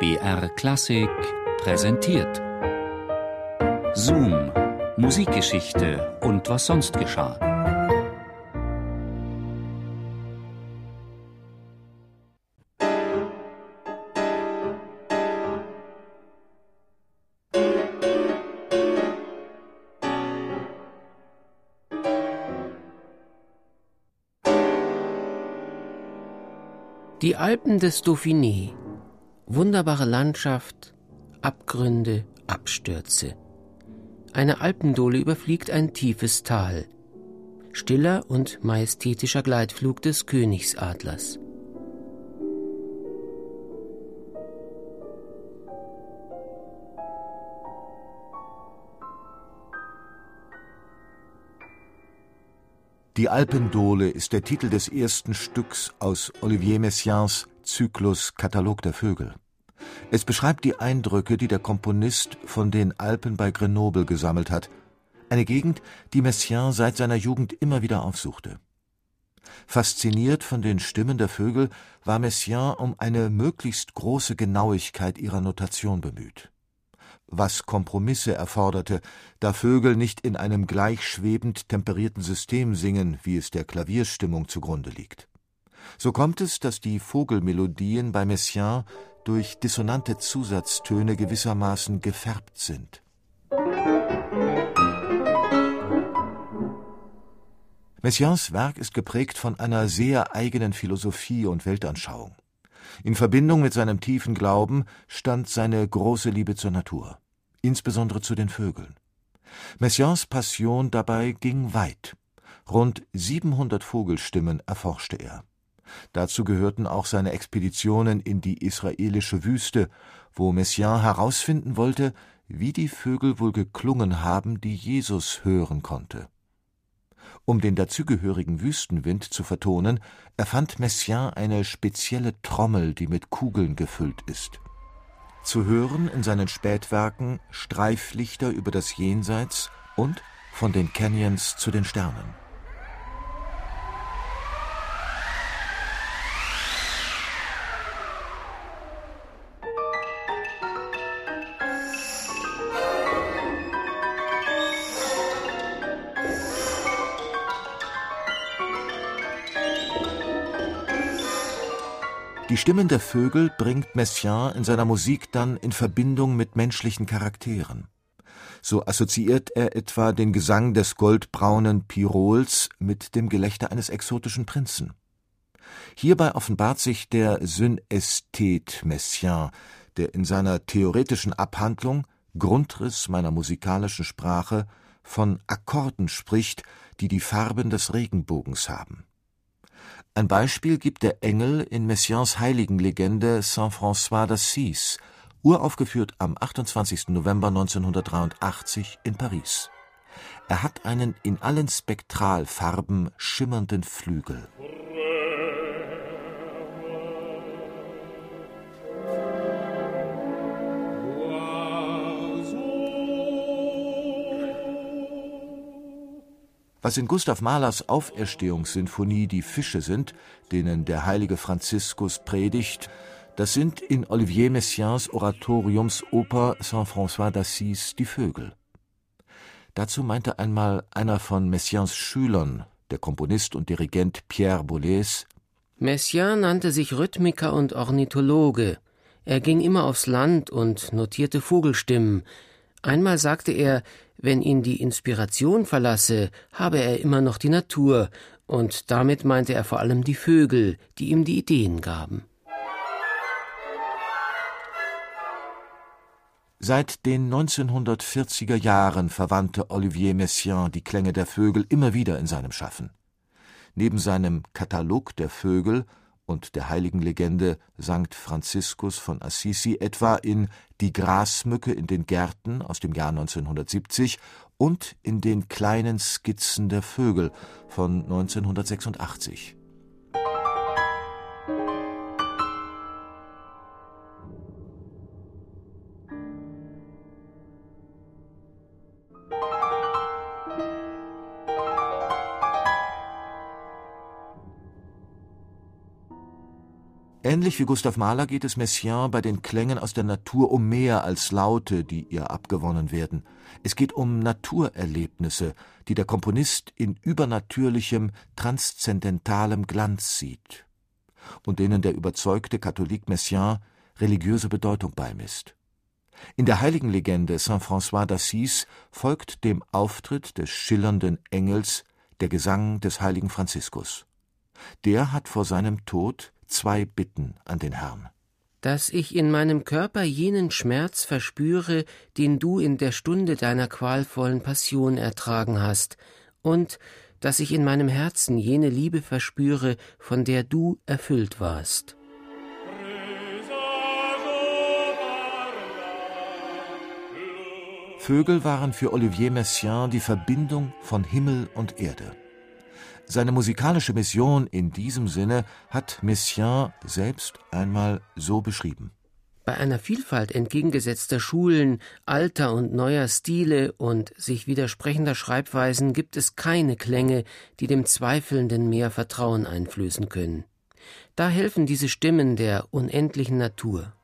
BR Klassik präsentiert Zoom, Musikgeschichte und was sonst geschah. Die Alpen des Dauphiné. Wunderbare Landschaft, Abgründe, Abstürze. Eine Alpendohle überfliegt ein tiefes Tal. Stiller und majestätischer Gleitflug des Königsadlers. Die Alpendohle ist der Titel des ersten Stücks aus Olivier Messiaens Zyklus Katalog der Vögel. Es beschreibt die Eindrücke, die der Komponist von den Alpen bei Grenoble gesammelt hat, eine Gegend, die Messiaen seit seiner Jugend immer wieder aufsuchte. Fasziniert von den Stimmen der Vögel war Messiaen um eine möglichst große Genauigkeit ihrer Notation bemüht. Was Kompromisse erforderte, da Vögel nicht in einem gleichschwebend temperierten System singen, wie es der Klavierstimmung zugrunde liegt. So kommt es, dass die Vogelmelodien bei Messiaen durch dissonante Zusatztöne gewissermaßen gefärbt sind. Messiaens Werk ist geprägt von einer sehr eigenen Philosophie und Weltanschauung. In Verbindung mit seinem tiefen Glauben stand seine große Liebe zur Natur, insbesondere zu den Vögeln. Messiaens Passion dabei ging weit. Rund 700 Vogelstimmen erforschte er. Dazu gehörten auch seine Expeditionen in die israelische Wüste, wo Messiaen herausfinden wollte, wie die Vögel wohl geklungen haben, die Jesus hören konnte. Um den dazugehörigen Wüstenwind zu vertonen, erfand Messiaen eine spezielle Trommel, die mit Kugeln gefüllt ist. Zu hören in seinen Spätwerken Streiflichter über das Jenseits und von den Canyons zu den Sternen. Die Stimmen der Vögel bringt Messiaen in seiner Musik dann in Verbindung mit menschlichen Charakteren. So assoziiert er etwa den Gesang des goldbraunen Pirols mit dem Gelächter eines exotischen Prinzen. Hierbei offenbart sich der Synästhet Messiaen, der in seiner theoretischen Abhandlung Grundriss meiner musikalischen Sprache von Akkorden spricht, die die Farben des Regenbogens haben. Ein Beispiel gibt der Engel in Messiaens Heiligenlegende Saint-François d'Assise, uraufgeführt am 28. November 1983 in Paris. Er hat einen in allen Spektralfarben schimmernden Flügel. Was in Gustav Mahlers Auferstehungssinfonie die Fische sind, denen der heilige Franziskus predigt, das sind in Olivier Messiaens Oratoriumsoper Saint-François d'Assise die Vögel. Dazu meinte einmal einer von Messiaens Schülern, der Komponist und Dirigent Pierre Boulez: Messiaen nannte sich Rhythmiker und Ornithologe. Er ging immer aufs Land und notierte Vogelstimmen. Einmal sagte er, wenn ihn die Inspiration verlasse, habe er immer noch die Natur, und damit meinte er vor allem die Vögel, die ihm die Ideen gaben. Seit den 1940er Jahren verwandte Olivier Messiaen die Klänge der Vögel immer wieder in seinem Schaffen. Neben seinem Katalog der Vögel und der Heiligenlegende Sankt Franziskus von Assisi etwa in Die Grasmücke in den Gärten aus dem Jahr 1970 und in den kleinen Skizzen der Vögel von 1986. Ähnlich wie Gustav Mahler geht es Messiaen bei den Klängen aus der Natur um mehr als Laute, die ihr abgewonnen werden. Es geht um Naturerlebnisse, die der Komponist in übernatürlichem, transzendentalem Glanz sieht und denen der überzeugte Katholik Messiaen religiöse Bedeutung beimisst. In der Heiligenlegende Saint François d'Assise folgt dem Auftritt des schillernden Engels der Gesang des heiligen Franziskus. Der hat vor seinem Tod 2 Bitten an den Herrn. Dass ich in meinem Körper jenen Schmerz verspüre, den du in der Stunde deiner qualvollen Passion ertragen hast, und dass ich in meinem Herzen jene Liebe verspüre, von der du erfüllt warst. Vögel waren für Olivier Messiaen die Verbindung von Himmel und Erde. Seine musikalische Mission in diesem Sinne hat Messiaen selbst einmal so beschrieben: Bei einer Vielfalt entgegengesetzter Schulen, alter und neuer Stile und sich widersprechender Schreibweisen gibt es keine Klänge, die dem Zweifelnden mehr Vertrauen einflößen können. Da helfen diese Stimmen der unendlichen Natur.